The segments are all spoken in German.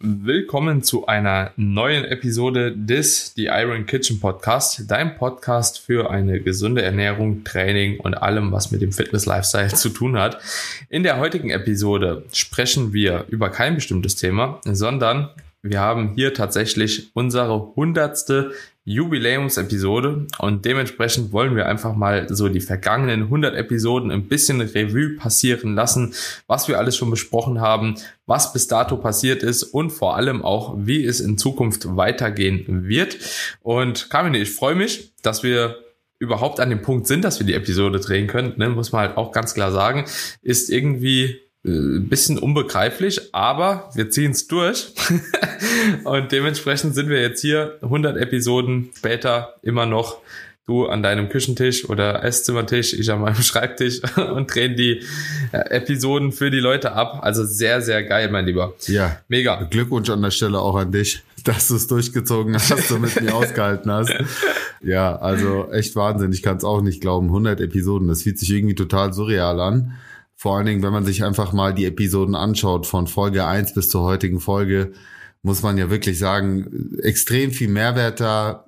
Willkommen zu einer neuen Episode des The Iron Kitchen Podcast, dein Podcast für eine gesunde Ernährung, Training und allem, was mit dem Fitness-Lifestyle zu tun hat. In der heutigen Episode sprechen wir über kein bestimmtes Thema, sondern wir haben hier tatsächlich unsere 100. Jubiläumsepisode und dementsprechend wollen wir einfach mal so die vergangenen 100 Episoden ein bisschen Revue passieren lassen, was wir alles schon besprochen haben, was bis dato passiert ist und vor allem auch, wie es in Zukunft weitergehen wird. Und Carmine, ich freue mich, dass wir überhaupt an dem Punkt sind, dass wir die Episode drehen können, ne? Muss man halt auch ganz klar sagen, ist irgendwie ein bisschen unbegreiflich, aber wir ziehen es durch und dementsprechend sind wir jetzt hier 100 Episoden später immer noch, du an deinem Küchentisch oder Esszimmertisch, ich an meinem Schreibtisch und drehen die Episoden für die Leute ab. Also sehr, sehr geil, mein Lieber. Ja, mega. Glückwunsch an der Stelle auch an dich, dass du es durchgezogen hast und mit mir ausgehalten hast. Ja, also echt Wahnsinn. Ich kann es auch nicht glauben. 100 Episoden, das fühlt sich irgendwie total surreal an. Vor allen Dingen, wenn man sich einfach mal die Episoden anschaut, von Folge 1 bis zur heutigen Folge, muss man ja wirklich sagen, extrem viel Mehrwert da.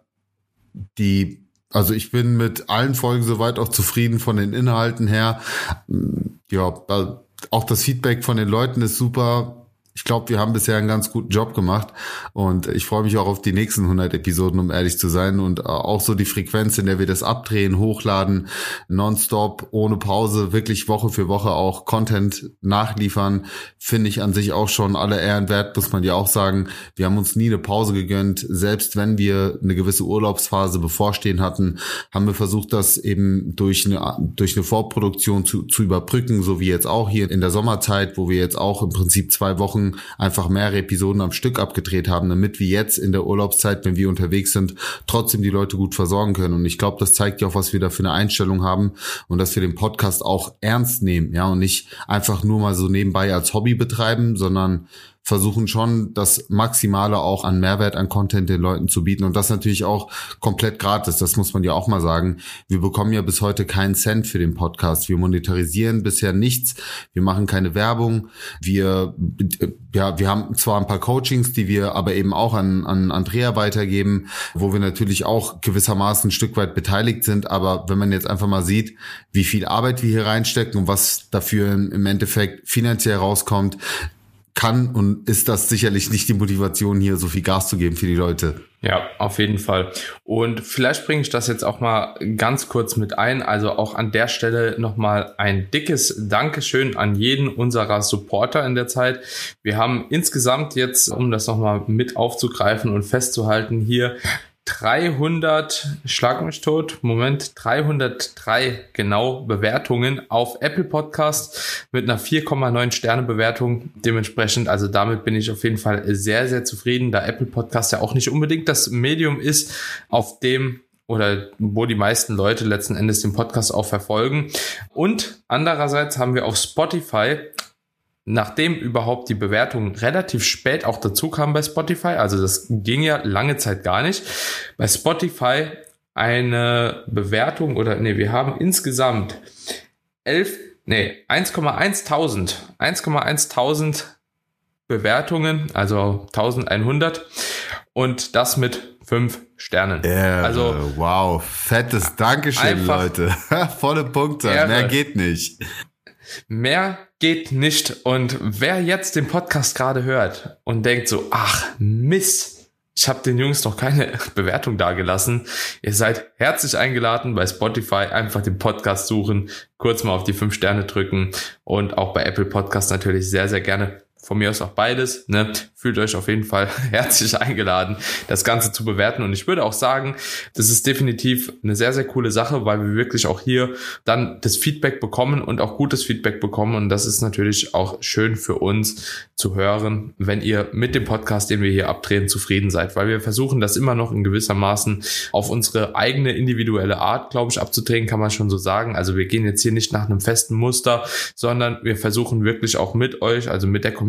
Also ich bin mit allen Folgen soweit auch zufrieden von den Inhalten her. Ja, auch das Feedback von den Leuten ist super. Ich glaube, wir haben bisher einen ganz guten Job gemacht und ich freue mich auch auf die nächsten 100 Episoden, um ehrlich zu sein, und auch so die Frequenz, in der wir das abdrehen, hochladen, nonstop, ohne Pause, wirklich Woche für Woche auch Content nachliefern, finde ich an sich auch schon alle Ehren wert, muss man ja auch sagen. Wir haben uns nie eine Pause gegönnt, selbst wenn wir eine gewisse Urlaubsphase bevorstehen hatten, haben wir versucht, das eben durch eine Vorproduktion zu überbrücken, so wie jetzt auch hier in der Sommerzeit, wo wir jetzt auch im Prinzip 2 Wochen einfach mehrere Episoden am Stück abgedreht haben, damit wir jetzt in der Urlaubszeit, wenn wir unterwegs sind, trotzdem die Leute gut versorgen können. Und ich glaube, das zeigt ja auch, was wir da für eine Einstellung haben und dass wir den Podcast auch ernst nehmen, ja, und nicht einfach nur mal so nebenbei als Hobby betreiben, sondern versuchen schon, das Maximale auch an Mehrwert, an Content den Leuten zu bieten, und das natürlich auch komplett gratis, das muss man ja auch mal sagen. Wir bekommen ja bis heute keinen Cent für den Podcast, wir monetarisieren bisher nichts, wir machen keine Werbung, wir haben zwar ein paar Coachings, die wir aber eben auch an Andrea weitergeben, wo wir natürlich auch gewissermaßen ein Stück weit beteiligt sind, aber wenn man jetzt einfach mal sieht, wie viel Arbeit wir hier reinstecken und was dafür im Endeffekt finanziell rauskommt, kann und ist das sicherlich nicht die Motivation, hier so viel Gas zu geben für die Leute. Ja, auf jeden Fall. Und vielleicht bringe ich das jetzt auch mal ganz kurz mit ein. Also auch an der Stelle nochmal ein dickes Dankeschön an jeden unserer Supporter in der Zeit. Wir haben insgesamt jetzt, um das nochmal mit aufzugreifen und festzuhalten, hier 303 genau Bewertungen auf Apple Podcast mit einer 4,9 Sterne Bewertung. Dementsprechend, also damit bin ich auf jeden Fall sehr, sehr zufrieden, da Apple Podcast ja auch nicht unbedingt das Medium ist, auf dem oder wo die meisten Leute letzten Endes den Podcast auch verfolgen. Und andererseits haben wir auf Spotify, nachdem überhaupt die Bewertung relativ spät auch dazu kam bei Spotify, also das ging ja lange Zeit gar nicht, bei Spotify eine Bewertung wir haben insgesamt 1,1.000 Bewertungen, also 1100, und das mit 5 Sternen. Also wow, fettes Dankeschön, Leute. Volle Punkte, mehr geht nicht. Mehr geht nicht. Und wer jetzt den Podcast gerade hört und denkt so, ach Mist, ich habe den Jungs noch keine Bewertung dagelassen. Ihr seid herzlich eingeladen, bei Spotify einfach den Podcast suchen, kurz mal auf die 5 Sterne drücken und auch bei Apple Podcast natürlich sehr, sehr gerne. Von mir aus auch beides, ne? Fühlt euch auf jeden Fall herzlich eingeladen, das Ganze zu bewerten. Und ich würde auch sagen, das ist definitiv eine sehr, sehr coole Sache, weil wir wirklich auch hier dann das Feedback bekommen und auch gutes Feedback bekommen. Und das ist natürlich auch schön für uns zu hören, wenn ihr mit dem Podcast, den wir hier abdrehen, zufrieden seid. Weil wir versuchen, das immer noch in gewissermaßen auf unsere eigene individuelle Art, glaube ich, abzudrehen, kann man schon so sagen. Also wir gehen jetzt hier nicht nach einem festen Muster, sondern wir versuchen wirklich auch mit euch, also mit der Community,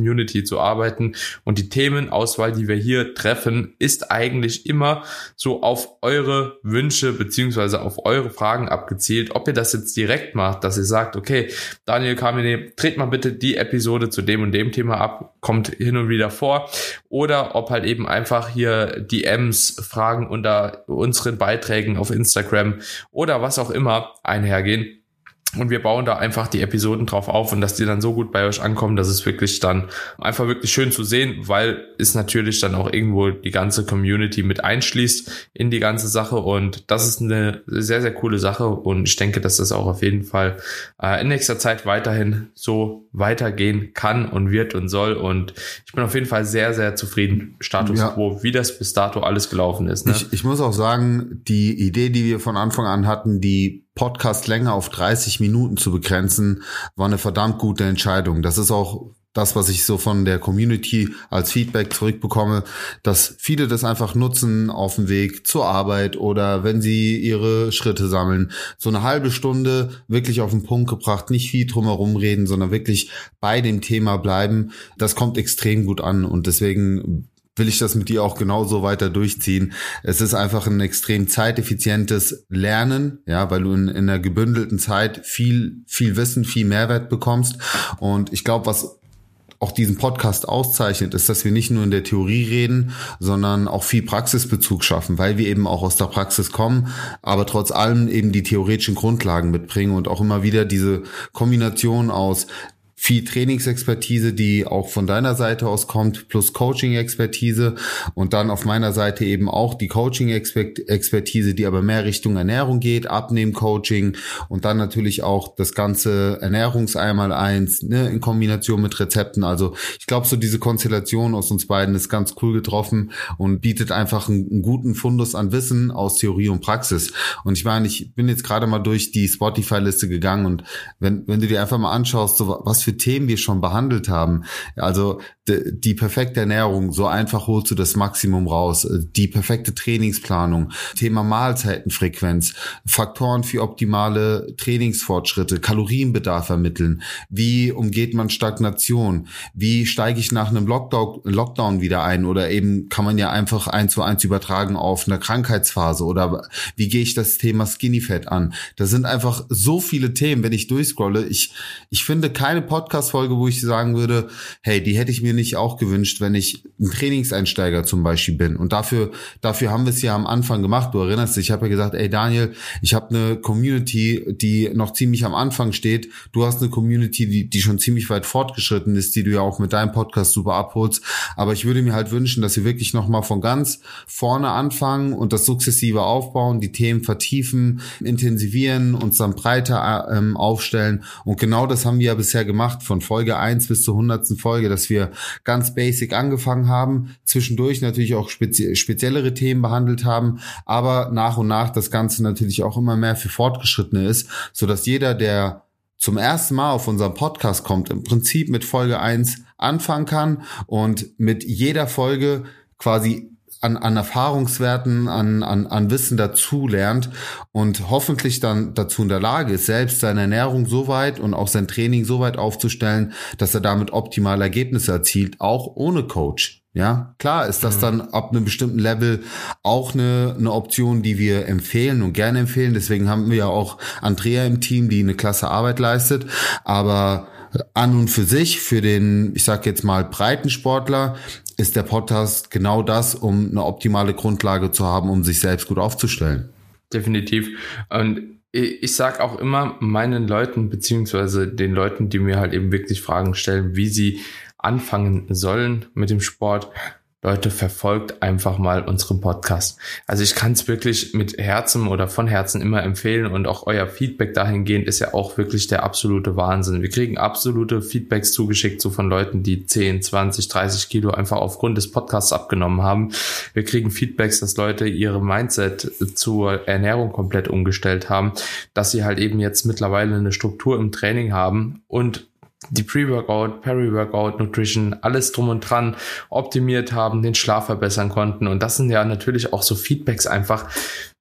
Community zu arbeiten. Und die Themenauswahl, die wir hier treffen, ist eigentlich immer so auf eure Wünsche beziehungsweise auf eure Fragen abgezielt. Ob ihr das jetzt direkt macht, dass ihr sagt, okay, Daniel Kamine, dreht mal bitte die Episode zu dem und dem Thema ab, kommt hin und wieder vor. Oder ob halt eben einfach hier DMs, Fragen unter unseren Beiträgen auf Instagram oder was auch immer einhergehen. Und wir bauen da einfach die Episoden drauf auf und dass die dann so gut bei euch ankommen, dass es wirklich dann einfach wirklich schön zu sehen, weil es natürlich dann auch irgendwo die ganze Community mit einschließt in die ganze Sache und das ist eine sehr, sehr coole Sache und ich denke, dass das auch auf jeden Fall in nächster Zeit weiterhin so weitergehen kann und wird und soll und ich bin auf jeden Fall sehr, sehr zufrieden, Status quo, wie das bis dato alles gelaufen ist. Ne? Ich muss auch sagen, die Idee, die wir von Anfang an hatten, die Podcast-Länge auf 30 Minuten zu begrenzen, war eine verdammt gute Entscheidung. Das ist auch das, was ich so von der Community als Feedback zurückbekomme, dass viele das einfach nutzen auf dem Weg zur Arbeit oder wenn sie ihre Schritte sammeln. So eine halbe Stunde wirklich auf den Punkt gebracht, nicht viel drumherum reden, sondern wirklich bei dem Thema bleiben. Das kommt extrem gut an und deswegen will ich das mit dir auch genauso weiter durchziehen. Es ist einfach ein extrem zeiteffizientes Lernen, ja, weil du in einer gebündelten Zeit viel Wissen, viel Mehrwert bekommst. Und ich glaube, was auch diesen Podcast auszeichnet, ist, dass wir nicht nur in der Theorie reden, sondern auch viel Praxisbezug schaffen, weil wir eben auch aus der Praxis kommen, aber trotz allem eben die theoretischen Grundlagen mitbringen und auch immer wieder diese Kombination aus viel Trainingsexpertise, die auch von deiner Seite aus kommt, plus Coaching-Expertise und dann auf meiner Seite eben auch die Coaching-Expertise, die aber mehr Richtung Ernährung geht, Abnehmen-Coaching und dann natürlich auch das ganze Ernährungs-Einmal-Eins, ne, in Kombination mit Rezepten. Also ich glaube, so diese Konstellation aus uns beiden ist ganz cool getroffen und bietet einfach einen guten Fundus an Wissen aus Theorie und Praxis. Und ich meine, ich bin jetzt gerade mal durch die Spotify-Liste gegangen und wenn du dir einfach mal anschaust, so was für Themen wir schon behandelt haben. Also die perfekte Ernährung, so einfach holst du das Maximum raus. Die perfekte Trainingsplanung, Thema Mahlzeitenfrequenz, Faktoren für optimale Trainingsfortschritte, Kalorienbedarf ermitteln, wie umgeht man Stagnation, wie steige ich nach einem Lockdown wieder ein oder eben kann man ja einfach 1:1 übertragen auf eine Krankheitsphase oder wie gehe ich das Thema Skinny Fat an. Das sind einfach so viele Themen, wenn ich durchscrolle. Ich finde keine Podcast-Folge, wo ich sagen würde, hey, die hätte ich mir nicht auch gewünscht, wenn ich ein Trainingseinsteiger zum Beispiel bin. Und dafür haben wir es ja am Anfang gemacht. Du erinnerst dich, ich habe ja gesagt, ey Daniel, ich habe eine Community, die noch ziemlich am Anfang steht. Du hast eine Community, die schon ziemlich weit fortgeschritten ist, die du ja auch mit deinem Podcast super abholst. Aber ich würde mir halt wünschen, dass wir wirklich nochmal von ganz vorne anfangen und das sukzessive aufbauen, die Themen vertiefen, intensivieren, uns dann breiter aufstellen. Und genau das haben wir ja bisher gemacht, von Folge 1 bis zur 100. Folge, dass wir ganz basic angefangen haben, zwischendurch natürlich auch speziellere Themen behandelt haben, aber nach und nach das Ganze natürlich auch immer mehr für Fortgeschrittene ist, sodass jeder, der zum ersten Mal auf unseren Podcast kommt, im Prinzip mit Folge 1 anfangen kann und mit jeder Folge quasi an Erfahrungswerten, an Wissen dazu lernt und hoffentlich dann dazu in der Lage ist, selbst seine Ernährung so weit und auch sein Training so weit aufzustellen, dass er damit optimale Ergebnisse erzielt, auch ohne Coach. Ja, klar ist das dann ab einem bestimmten Level auch eine Option, die wir empfehlen und gerne empfehlen. Deswegen haben wir ja auch Andrea im Team, die eine klasse Arbeit leistet. Aber an und für sich, für den, ich sag jetzt mal, Breitensportler, ist der Podcast genau das, um eine optimale Grundlage zu haben, um sich selbst gut aufzustellen. Definitiv. Und ich sag auch immer meinen Leuten, beziehungsweise den Leuten, die mir halt eben wirklich Fragen stellen, wie sie anfangen sollen mit dem Sport, Leute, verfolgt einfach mal unseren Podcast. Also ich kann es wirklich mit Herzen oder von Herzen immer empfehlen und auch euer Feedback dahingehend ist ja auch wirklich der absolute Wahnsinn. Wir kriegen absolute Feedbacks zugeschickt, so von Leuten, die 10, 20, 30 Kilo einfach aufgrund des Podcasts abgenommen haben. Wir kriegen Feedbacks, dass Leute ihre Mindset zur Ernährung komplett umgestellt haben, dass sie halt eben jetzt mittlerweile eine Struktur im Training haben und die Pre-Workout, Peri-Workout, Nutrition, alles drum und dran optimiert haben, den Schlaf verbessern konnten. Und das sind ja natürlich auch so Feedbacks einfach,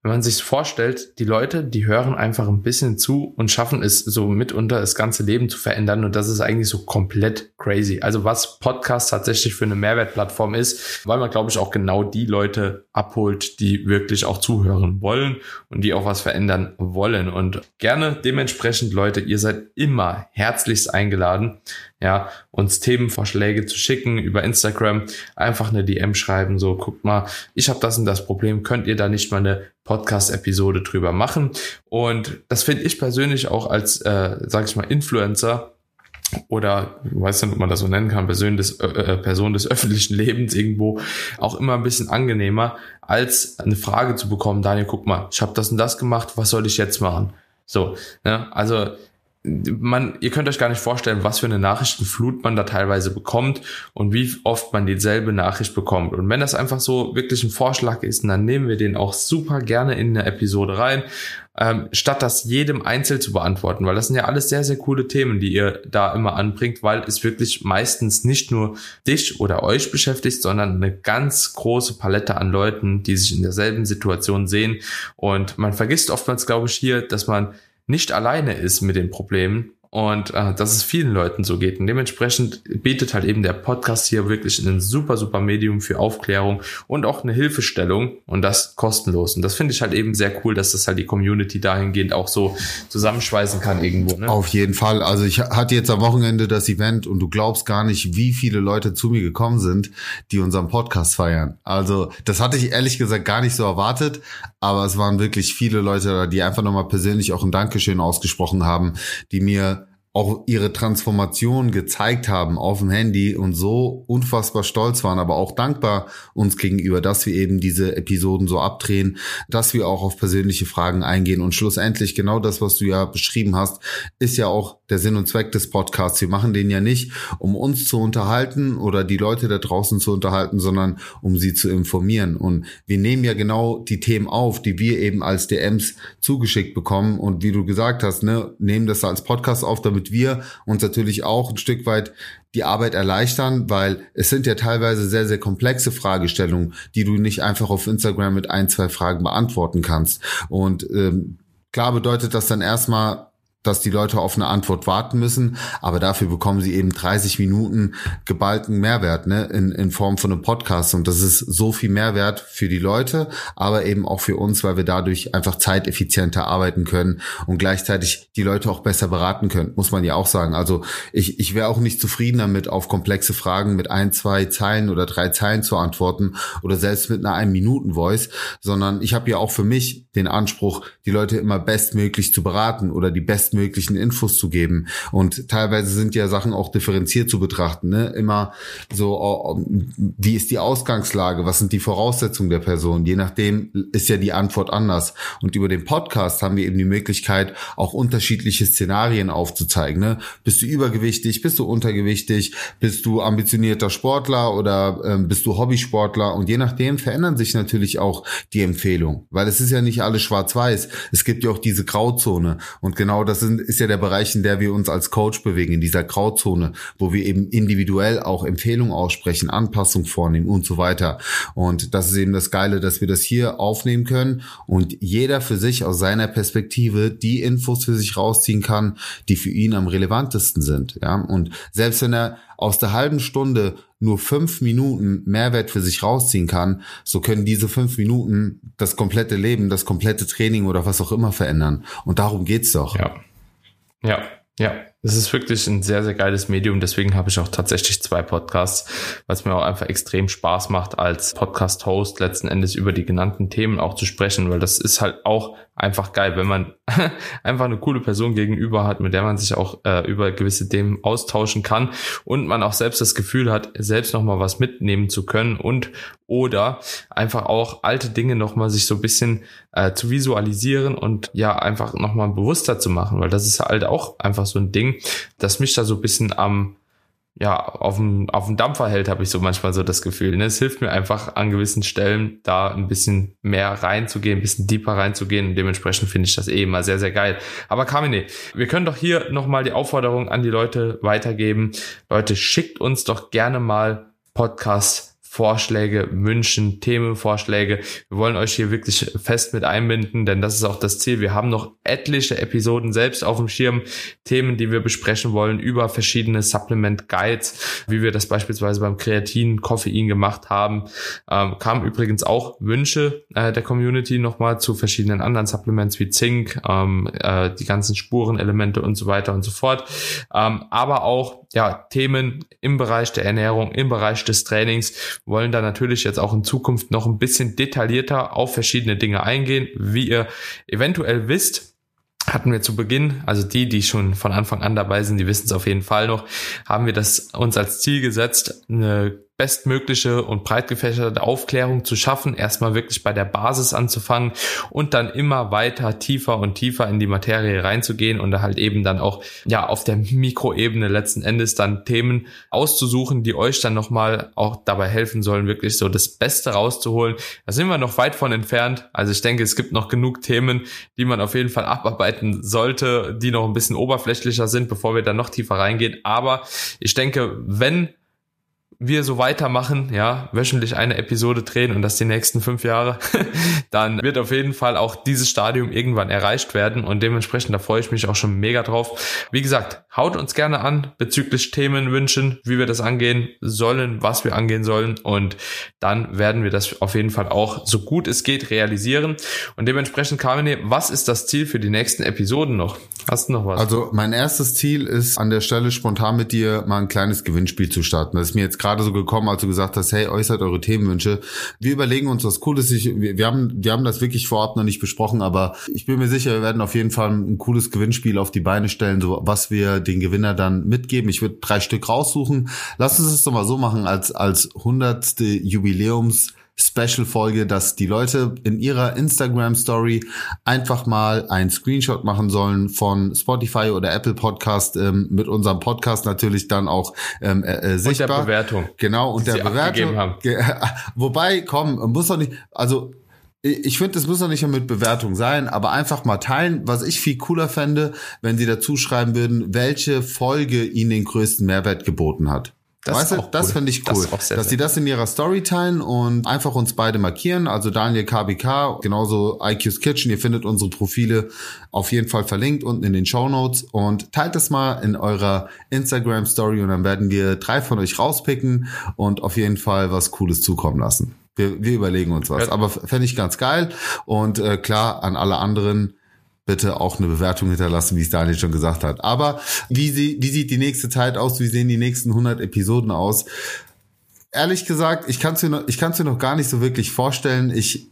wenn man sich vorstellt, die Leute, die hören einfach ein bisschen zu und schaffen es so mitunter das ganze Leben zu verändern, und das ist eigentlich so komplett crazy. Also was Podcast tatsächlich für eine Mehrwertplattform ist, weil man, glaube ich, auch genau die Leute abholt, die wirklich auch zuhören wollen und die auch was verändern wollen. Und gerne dementsprechend, Leute, ihr seid immer herzlichst eingeladen, ja, uns Themenvorschläge zu schicken über Instagram, einfach eine DM schreiben, so, guckt mal, ich habe das und das Problem, könnt ihr da nicht mal eine Podcast-Episode drüber machen? Und das finde ich persönlich auch als, sag ich mal, Influencer oder, ich weiß nicht, ob man das so nennen kann, Person des öffentlichen Lebens irgendwo, auch immer ein bisschen angenehmer, als eine Frage zu bekommen, Daniel, guck mal, ich habe das und das gemacht, was soll ich jetzt machen? So, ne, also ihr könnt euch gar nicht vorstellen, was für eine Nachrichtenflut man da teilweise bekommt und wie oft man dieselbe Nachricht bekommt. Und wenn das einfach so wirklich ein Vorschlag ist, dann nehmen wir den auch super gerne in eine Episode rein, statt das jedem einzeln zu beantworten, weil das sind ja alles sehr, sehr coole Themen, die ihr da immer anbringt, weil es wirklich meistens nicht nur dich oder euch beschäftigt, sondern eine ganz große Palette an Leuten, die sich in derselben Situation sehen. Und man vergisst oftmals, glaube ich, hier, dass man nicht alleine ist mit den Problemen und dass es vielen Leuten so geht. Und dementsprechend bietet halt eben der Podcast hier wirklich ein super, super Medium für Aufklärung und auch eine Hilfestellung, und das kostenlos. Und das finde ich halt eben sehr cool, dass das halt die Community dahingehend auch so zusammenschweißen kann irgendwo. Ne? Auf jeden Fall. Also ich hatte jetzt am Wochenende das Event und du glaubst gar nicht, wie viele Leute zu mir gekommen sind, die unseren Podcast feiern. Also das hatte ich ehrlich gesagt gar nicht so erwartet, aber es waren wirklich viele Leute da, die einfach nochmal persönlich auch ein Dankeschön ausgesprochen haben, die mir auch ihre Transformation gezeigt haben auf dem Handy und so unfassbar stolz waren, aber auch dankbar uns gegenüber, dass wir eben diese Episoden so abdrehen, dass wir auch auf persönliche Fragen eingehen, und schlussendlich genau das, was du ja beschrieben hast, ist ja auch der Sinn und Zweck des Podcasts. Wir machen den ja nicht, um uns zu unterhalten oder die Leute da draußen zu unterhalten, sondern um sie zu informieren, und wir nehmen ja genau die Themen auf, die wir eben als DMs zugeschickt bekommen, und wie du gesagt hast, ne, nehmen das als Podcast auf, damit wir uns natürlich auch ein Stück weit die Arbeit erleichtern, weil es sind ja teilweise sehr, sehr komplexe Fragestellungen, die du nicht einfach auf Instagram mit 1, 2 Fragen beantworten kannst. Und klar bedeutet das dann erstmal, dass die Leute auf eine Antwort warten müssen, aber dafür bekommen sie eben 30 Minuten geballten Mehrwert, ne, in Form von einem Podcast, und das ist so viel Mehrwert für die Leute, aber eben auch für uns, weil wir dadurch einfach zeiteffizienter arbeiten können und gleichzeitig die Leute auch besser beraten können, muss man ja auch sagen. Also ich wäre auch nicht zufrieden damit, auf komplexe Fragen mit 1, 2 Zeilen oder 3 Zeilen zu antworten oder selbst mit einer 1-Minuten-Voice, sondern ich habe ja auch für mich den Anspruch, die Leute immer bestmöglich zu beraten oder die bestmöglichen Infos zu geben. Und teilweise sind ja Sachen auch differenziert zu betrachten, ne? Immer so, wie ist die Ausgangslage, was sind die Voraussetzungen der Person? Je nachdem ist ja die Antwort anders. Und über den Podcast haben wir eben die Möglichkeit, auch unterschiedliche Szenarien aufzuzeigen, ne? Bist du übergewichtig, bist du untergewichtig, bist du ambitionierter Sportler oder bist du Hobbysportler? Und je nachdem verändern sich natürlich auch die Empfehlungen, weil es ist ja nicht alles schwarz-weiß. Es gibt ja auch diese Grauzone, und genau das ist ja der Bereich, in der wir uns als Coach bewegen, in dieser Grauzone, wo wir eben individuell auch Empfehlungen aussprechen, Anpassungen vornehmen und so weiter. Und das ist eben das Geile, dass wir das hier aufnehmen können und jeder für sich aus seiner Perspektive die Infos für sich rausziehen kann, die für ihn am relevantesten sind. Ja, und selbst wenn er aus der halben Stunde nur 5 Minuten Mehrwert für sich rausziehen kann, so können diese 5 Minuten das komplette Leben, das komplette Training oder was auch immer verändern. Und darum geht's doch. Ja. Es ist wirklich ein sehr, sehr geiles Medium. Deswegen habe ich auch tatsächlich 2 Podcasts, weil es mir auch einfach extrem Spaß macht, als Podcast-Host letzten Endes über die genannten Themen auch zu sprechen, weil das ist halt auch einfach geil, wenn man einfach eine coole Person gegenüber hat, mit der man sich auch über gewisse Themen austauschen kann und man auch selbst das Gefühl hat, selbst nochmal was mitnehmen zu können und oder einfach auch alte Dinge nochmal sich so ein bisschen zu visualisieren und ja einfach nochmal bewusster zu machen, weil das ist halt auch einfach so ein Ding, das mich da so ein bisschen auf dem Dampfer hält, habe ich so manchmal so das Gefühl. Ne? Es hilft mir einfach an gewissen Stellen da ein bisschen mehr reinzugehen, ein bisschen deeper reinzugehen und dementsprechend finde ich das immer sehr, sehr geil. Aber Carmine, wir können doch hier nochmal die Aufforderung an die Leute weitergeben. Leute, schickt uns doch gerne mal Podcast Vorschläge wünschen, Themenvorschläge. Wir wollen euch hier wirklich fest mit einbinden, denn das ist auch das Ziel. Wir haben noch etliche Episoden selbst auf dem Schirm, Themen, die wir besprechen wollen über verschiedene Supplement Guides, wie wir das beispielsweise beim Kreatin, Koffein gemacht haben. Kamen übrigens auch Wünsche der Community nochmal zu verschiedenen anderen Supplements wie Zink, die ganzen Spurenelemente und so weiter und so fort. Aber auch Themen im Bereich der Ernährung, im Bereich des Trainings, wollen da natürlich jetzt auch in Zukunft noch ein bisschen detaillierter auf verschiedene Dinge eingehen. Wie ihr eventuell wisst, hatten wir zu Beginn, also die schon von Anfang an dabei sind, die wissen es auf jeden Fall noch, haben wir das uns als Ziel gesetzt, eine bestmögliche und breit gefächerte Aufklärung zu schaffen, erstmal wirklich bei der Basis anzufangen und dann immer weiter tiefer und tiefer in die Materie reinzugehen und da halt eben dann auch auf der Mikroebene letzten Endes dann Themen auszusuchen, die euch dann nochmal auch dabei helfen sollen, wirklich so das Beste rauszuholen. Da sind wir noch weit von entfernt. Also ich denke, es gibt noch genug Themen, die man auf jeden Fall abarbeiten sollte, die noch ein bisschen oberflächlicher sind, bevor wir dann noch tiefer reingehen. Aber ich denke, wenn wir so weitermachen, wöchentlich eine Episode drehen und das die nächsten 5 Jahre, dann wird auf jeden Fall auch dieses Stadium irgendwann erreicht werden und dementsprechend, da freue ich mich auch schon mega drauf. Wie gesagt, haut uns gerne an bezüglich Themenwünschen, wie wir das angehen sollen, was wir angehen sollen und dann werden wir das auf jeden Fall auch so gut es geht realisieren und dementsprechend, Carmine, was ist das Ziel für die nächsten Episoden noch? Hast du noch was? Also mein erstes Ziel ist an der Stelle spontan mit dir mal ein kleines Gewinnspiel zu starten. Das ist mir jetzt gerade so gekommen, als du gesagt hast, hey, äußert eure Themenwünsche. Wir überlegen uns was Cooles. Wir haben das wirklich vorab noch nicht besprochen, aber ich bin mir sicher, wir werden auf jeden Fall ein cooles Gewinnspiel auf die Beine stellen, so was wir den Gewinner dann mitgeben. Ich würde 3 Stück raussuchen. Lass uns das doch mal so machen, als 100. Jubiläums Special-Folge, dass die Leute in ihrer Instagram-Story einfach mal einen Screenshot machen sollen von Spotify oder Apple Podcast, mit unserem Podcast natürlich dann auch sichtbar. Und der Bewertung. Genau, und der Bewertung. Haben. Wobei, muss doch nicht, also ich finde, es muss doch nicht mehr mit Bewertung sein, aber einfach mal teilen. Was ich viel cooler fände, wenn sie dazu schreiben würden, welche Folge ihnen den größten Mehrwert geboten hat. Das finde ich cool, dass die das in ihrer Story teilen und einfach uns beide markieren, also Daniel KBK, genauso IQ's Kitchen, ihr findet unsere Profile auf jeden Fall verlinkt unten in den Shownotes und teilt das mal in eurer Instagram-Story und dann werden wir 3 von euch rauspicken und auf jeden Fall was Cooles zukommen lassen. Wir überlegen uns was, aber fände ich ganz geil und klar, an alle anderen bitte auch eine Bewertung hinterlassen, wie es Daniel schon gesagt hat. Aber wie sieht die nächste Zeit aus? Wie sehen die nächsten 100 Episoden aus? Ehrlich gesagt, ich kann's mir noch gar nicht so wirklich vorstellen.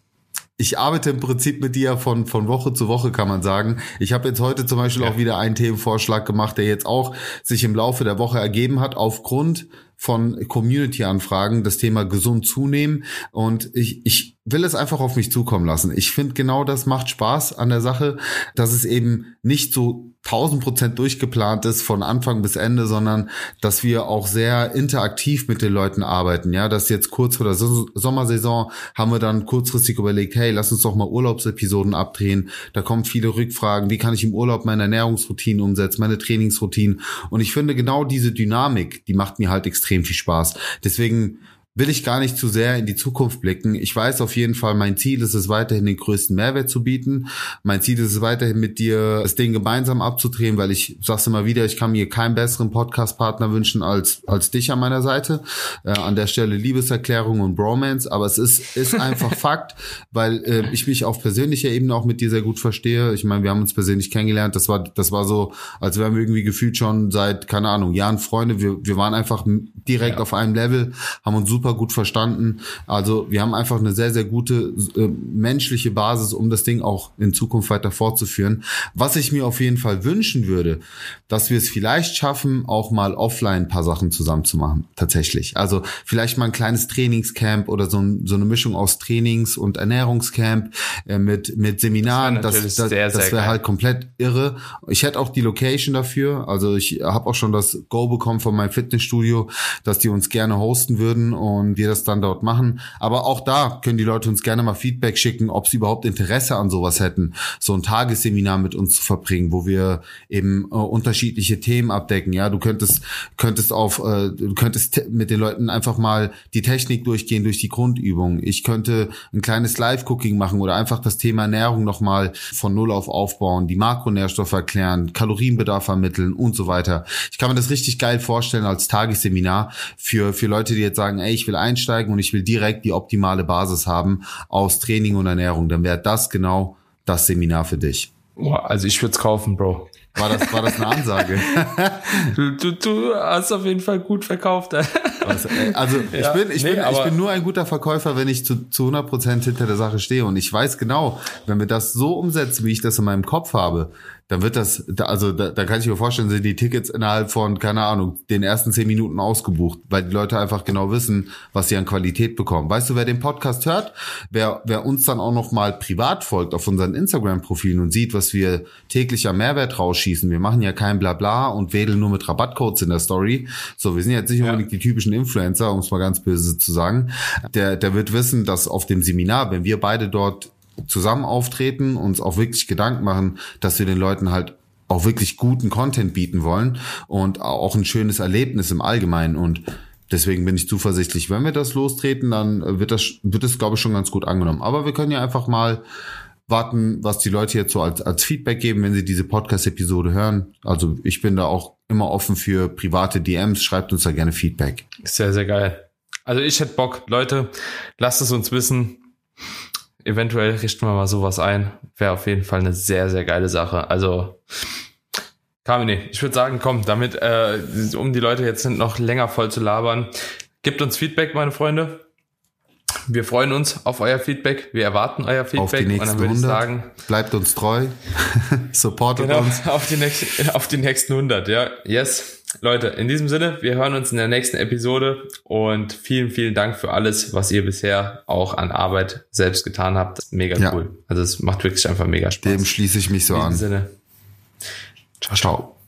Ich arbeite im Prinzip mit dir von Woche zu Woche, kann man sagen. Ich habe jetzt heute zum Beispiel auch wieder einen Themenvorschlag gemacht, der jetzt auch sich im Laufe der Woche ergeben hat, aufgrund von Community-Anfragen, das Thema gesund zunehmen. Und ich will es einfach auf mich zukommen lassen. Ich finde, genau das macht Spaß an der Sache, dass es eben nicht so 1000% durchgeplant ist von Anfang bis Ende, sondern dass wir auch sehr interaktiv mit den Leuten arbeiten. Ja, dass jetzt kurz vor der Sommersaison haben wir dann kurzfristig überlegt, hey, lass uns doch mal Urlaubsepisoden abdrehen. Da kommen viele Rückfragen. Wie kann ich im Urlaub meine Ernährungsroutinen umsetzen, meine Trainingsroutinen? Und ich finde, genau diese Dynamik, die macht mir halt extrem viel Spaß. Deswegen will ich gar nicht zu sehr in die Zukunft blicken. Ich weiß auf jeden Fall, mein Ziel ist es weiterhin, den größten Mehrwert zu bieten. Mein Ziel ist es weiterhin, mit dir das Ding gemeinsam abzudrehen, weil ich sag's immer wieder, ich kann mir keinen besseren Podcast-Partner wünschen als dich an meiner Seite. An der Stelle Liebeserklärung und Bromance, aber es ist einfach Fakt, weil ich mich auf persönlicher Ebene auch mit dir sehr gut verstehe. Ich meine, wir haben uns persönlich kennengelernt. Das war so, als wären wir irgendwie gefühlt schon seit, keine Ahnung, Jahren Freunde. Wir waren einfach direkt auf einem Level, haben uns super gut verstanden. Also wir haben einfach eine sehr, sehr gute menschliche Basis, um das Ding auch in Zukunft weiter fortzuführen. Was ich mir auf jeden Fall wünschen würde, dass wir es vielleicht schaffen, auch mal offline ein paar Sachen zusammen zu machen, tatsächlich. Also vielleicht mal ein kleines Trainingscamp oder so eine Mischung aus Trainings- und Ernährungscamp mit Seminaren. Das wäre halt komplett irre. Ich hätte auch die Location dafür. Also ich habe auch schon das Go bekommen von meinem Fitnessstudio, dass die uns gerne hosten würden. und wir das dann dort machen. Aber auch da können die Leute uns gerne mal Feedback schicken, ob sie überhaupt Interesse an sowas hätten, so ein Tagesseminar mit uns zu verbringen, wo wir eben unterschiedliche Themen abdecken. Ja, du könntest mit den Leuten einfach mal die Technik durchgehen, durch die Grundübung. Ich könnte ein kleines Live-Cooking machen oder einfach das Thema Ernährung nochmal von Null auf aufbauen, die Makronährstoffe erklären, Kalorienbedarf ermitteln und so weiter. Ich kann mir das richtig geil vorstellen als Tagesseminar für Leute, die jetzt sagen, ey, ich will einsteigen und ich will direkt die optimale Basis haben aus Training und Ernährung. Dann wäre das genau das Seminar für dich. Boah, also ich würde es kaufen, Bro. War das eine Ansage? Du hast auf jeden Fall gut verkauft. Also ich bin nur ein guter Verkäufer, wenn ich zu 100% hinter der Sache stehe. Und ich weiß genau, wenn wir das so umsetzen, wie ich das in meinem Kopf habe, dann wird das, da kann ich mir vorstellen, sind die Tickets innerhalb von, keine Ahnung, den ersten 10 Minuten ausgebucht, weil die Leute einfach genau wissen, was sie an Qualität bekommen. Weißt du, wer den Podcast hört, wer uns dann auch noch mal privat folgt auf unseren Instagram-Profilen und sieht, was wir täglich am Mehrwert rausschießen. Wir machen ja kein Blabla und wedeln nur mit Rabattcodes in der Story. So, wir sind jetzt nicht unbedingt die typischen Influencer, um es mal ganz böse zu sagen. Der wird wissen, dass auf dem Seminar, wenn wir beide dort zusammen auftreten, uns auch wirklich Gedanken machen, dass wir den Leuten halt auch wirklich guten Content bieten wollen und auch ein schönes Erlebnis im Allgemeinen. Und deswegen bin ich zuversichtlich, wenn wir das lostreten, dann wird es, glaube ich, schon ganz gut angenommen. Aber wir können ja einfach mal warten, was die Leute jetzt so als Feedback geben, wenn sie diese Podcast-Episode hören. Also ich bin da auch immer offen für private DMs. Schreibt uns da gerne Feedback. Sehr, sehr geil. Also ich hätte Bock. Leute, lasst es uns wissen. Eventuell richten wir mal sowas ein. Wäre auf jeden Fall eine sehr, sehr geile Sache. Also, Carmine, ich würde sagen, komm, damit, um die Leute jetzt noch länger voll zu labern, gebt uns Feedback, meine Freunde. Wir freuen uns auf euer Feedback. Wir erwarten euer Feedback. Auf die nächsten und dann würde ich sagen, bleibt uns treu. Supportet uns. Auf die nächsten 100, ja. Yes. Leute, in diesem Sinne, wir hören uns in der nächsten Episode und vielen, vielen Dank für alles, was ihr bisher auch an Arbeit selbst getan habt. Mega cool. Also es macht wirklich einfach mega Spaß. Dem schließe ich mich so an. In diesem Sinne. Ciao.